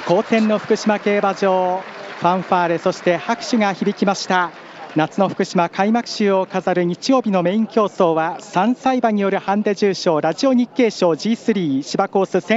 好天の福島競馬場、ファンファーレそして拍手が響きました。夏の福島開幕週を飾る日曜日のメイン競争は3歳馬によるハンデ重賞ラジオ日経賞 G3 芝コース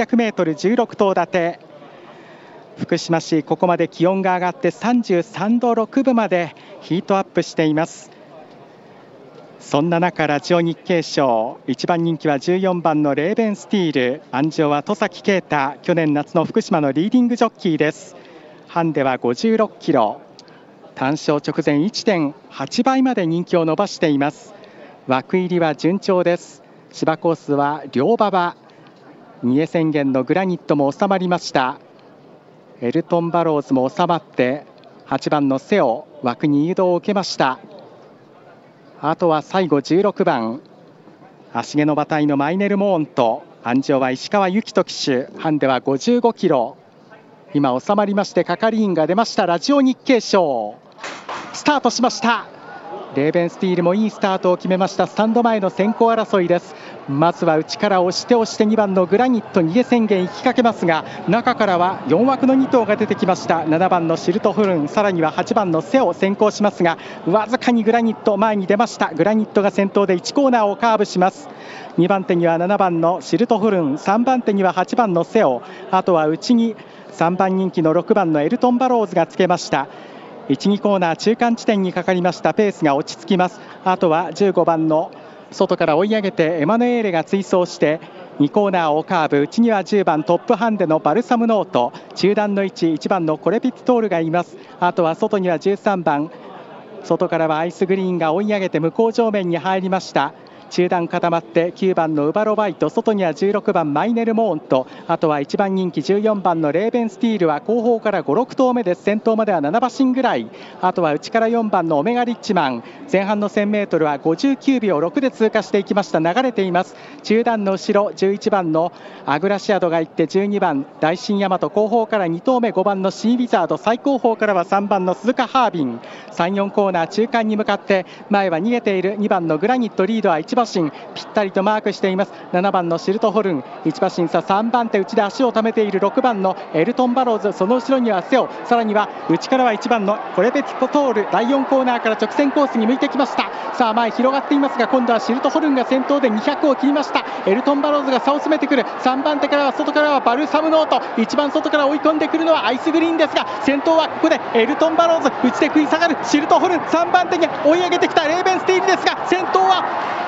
1800m16 頭立て。福島市、ここまで気温が上がって33度6分までヒートアップしています。そんな中、ラジオ日経賞1番人気は14番のレーベンスティール、鞍上は戸崎啓太、去年夏の福島のリーディングジョッキーです。ハンデは56キロ、単勝直前 1.8 倍まで人気を伸ばしています。枠入りは順調です。芝コースは両馬場、三重宣言のグラニットも収まりました。エルトンバローズも収まって8番のセオ枠に誘導を受けました。あとは最後16番芦毛の馬体のマイネルモーンと、鞍上は石川幸人騎手、ハンデは55キロ、今収まりまして係員が出ました。ラジオ日経賞スタートしました。レーベンスティールもいいスタートを決めました。スタンド前の先行争いです。まずは内から押して2番のグラニット逃げ宣言行きかけますが、中からは4枠の2頭が出てきました。7番のシルトフルン、さらには8番のセオ先行しますが、わずかにグラニット前に出ました。グラニットが先頭で1コーナーをカーブします。2番手には7番のシルトフルン、3番手には8番のセオ、あとは内に3番人気の6番のエルトンバローズがつけました。1、2コーナー中間地点にかかりました。ペースが落ち着きます。あとは15番の外から追い上げてエマヌエーレが追走して2コーナーをカーブ、内には10番トップハンデのバルサムノート、中段の位置1番のコレピットールがいます。あとは外には13番、外からはアイスグリーンが追い上げて向こう上面に入りました。中段固まって9番のウバロバイト、外には16番マイネルモーンと、あとは1番人気14番のレーベンスティールは後方から5、6頭目です。先頭までは7馬身ぐらい。あとは内から4番のオメガリッチマン、前半の 1000m は59秒6で通過していきました。流れています。中段の後ろ11番のアグラシアドが行って、12番大新大和、後方から2頭目5番のシーウィザード、最後方からは3番の鈴鹿ハービン、3、4コーナー中間に向かって前は逃げている2番のグラニット、リードは1馬身ぴったりとマークしています。7番のシルトホルン1馬身差、3番手内で足を溜めている6番のエルトンバローズ、その後ろにはセオ、さらには内からは1番のコレペティコトール、第4コーナーから直線コースに向いてきました。さあ前広がっていますが、今度はシルトホルンが先頭で200を切りました。エルトンバローズが差を詰めてくる。3番手からは外からはバルサムノート、一番外から追い込んでくるのはアイスグリーンですが、先頭はここでエルトンバローズ、内で食い下がるシルトホルン、3番手に追い上げてきたレーベンスティールですが、先頭は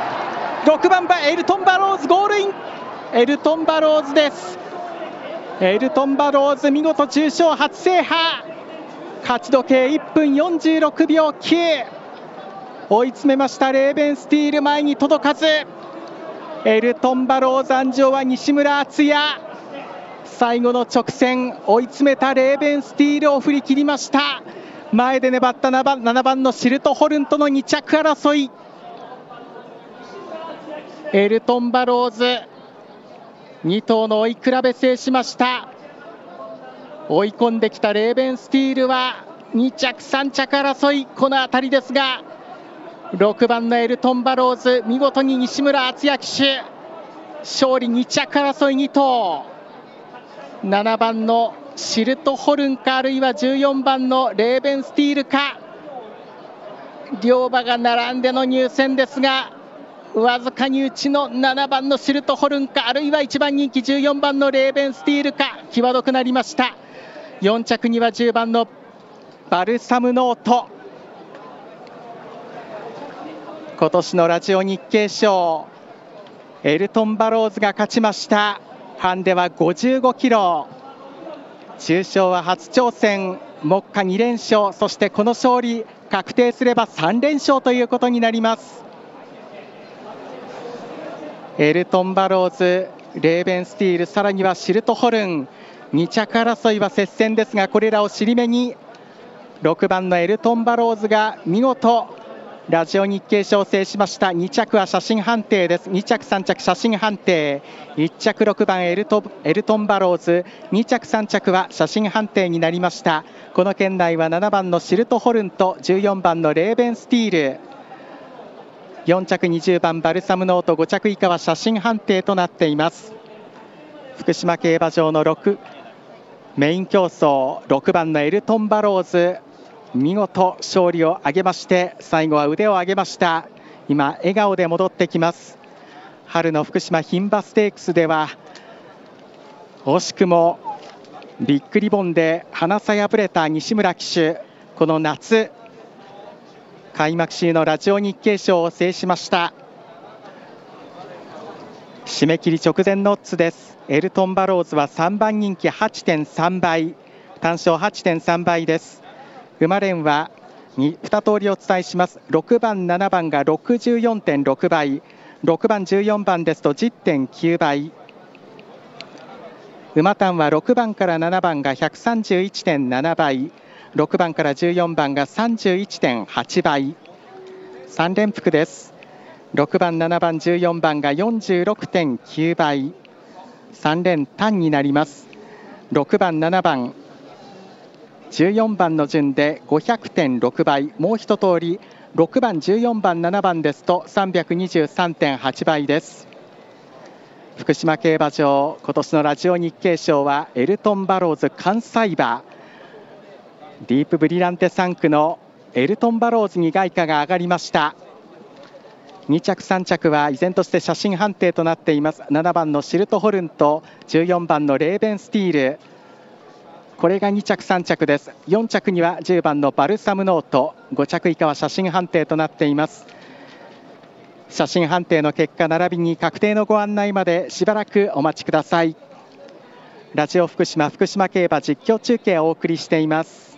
6番馬エルトンバローズ、ゴールイン。エルトンバローズです。エルトンバローズ見事重賞初制覇、勝ち時計1分46秒9、追い詰めました。レーベンスティール前に届かず、エルトンバローズ鞍上は西村敦也、最後の直線追い詰めたレーベンスティールを振り切りました。前で粘った7番のシルトホルンとの2着争い、エルトンバローズ2頭の追い比べ制しました。追い込んできたレーベンスティールは2着3着争い、この辺りですが、6番のエルトンバローズ見事に西村敦也騎手勝利、2着争い2頭、7番のシルトホルンか、あるいは14番のレーベンスティールか、両馬が並んでの入線ですが、わずかに内の7番のシルトホルンか、あるいは1番人気14番のレーベンスティールか、際どくなりました。4着には10番のバルサムノート。今年のラジオ日経賞エルトンバローズが勝ちました。ハンデは55キロ、重賞は初挑戦、目下2連勝、そしてこの勝利確定すれば3連勝ということになります。エルトンバローズ、レーベンスティール、さらにはシルトホルン、2着争いは接戦ですが、これらを尻目に6番のエルトンバローズが見事ラジオ日経賞を制しました。2着は写真判定です。2着3着写真判定、1着6番エルトンバローズ、2着3着は写真判定になりました。この圏内は7番のシルトホルンと14番のレーベンスティール、4着20番バルサムノート、5着以下は写真判定となっています。福島競馬場の6 メイン競争6番のエルトンバローズ、見事勝利を挙げまして、最後は腕を上げました。今笑顔で戻ってきます。春の福島牝馬ステークスでは惜しくもビッグリボンで花差敗れた西村騎手、この夏開幕週のラジオ日経賞を制しました。締め切り直前のオッズです。エルトンバローズは3番人気 8.3 倍、単勝 8.3 倍です。馬連は2通りお伝えします。6番7番が 64.6 倍、6番14番ですと 10.9 倍、馬単は6番から7番が 131.7 倍、6番から14番が 31.8 倍、3連複です。6番7番14番が 46.9 倍、3連単になります。6番7番14番の順で 500.6 倍、もう一通り6番14番7番ですと 323.8 倍です。福島競馬場、今年のラジオ日経賞はエルトンバローズ関西馬、ディープブリランテ3区のエルトンバローズに外貨が上がりました。2着3着は依然として写真判定となっています。7番のシルトホルンと14番のレーベンスティール、これが2着3着です。4着には10番のバルサムノート、5着以下は写真判定となっています。写真判定の結果並びに確定のご案内までしばらくお待ちください。ラジオ福島、福島競馬実況中継をお送りしています。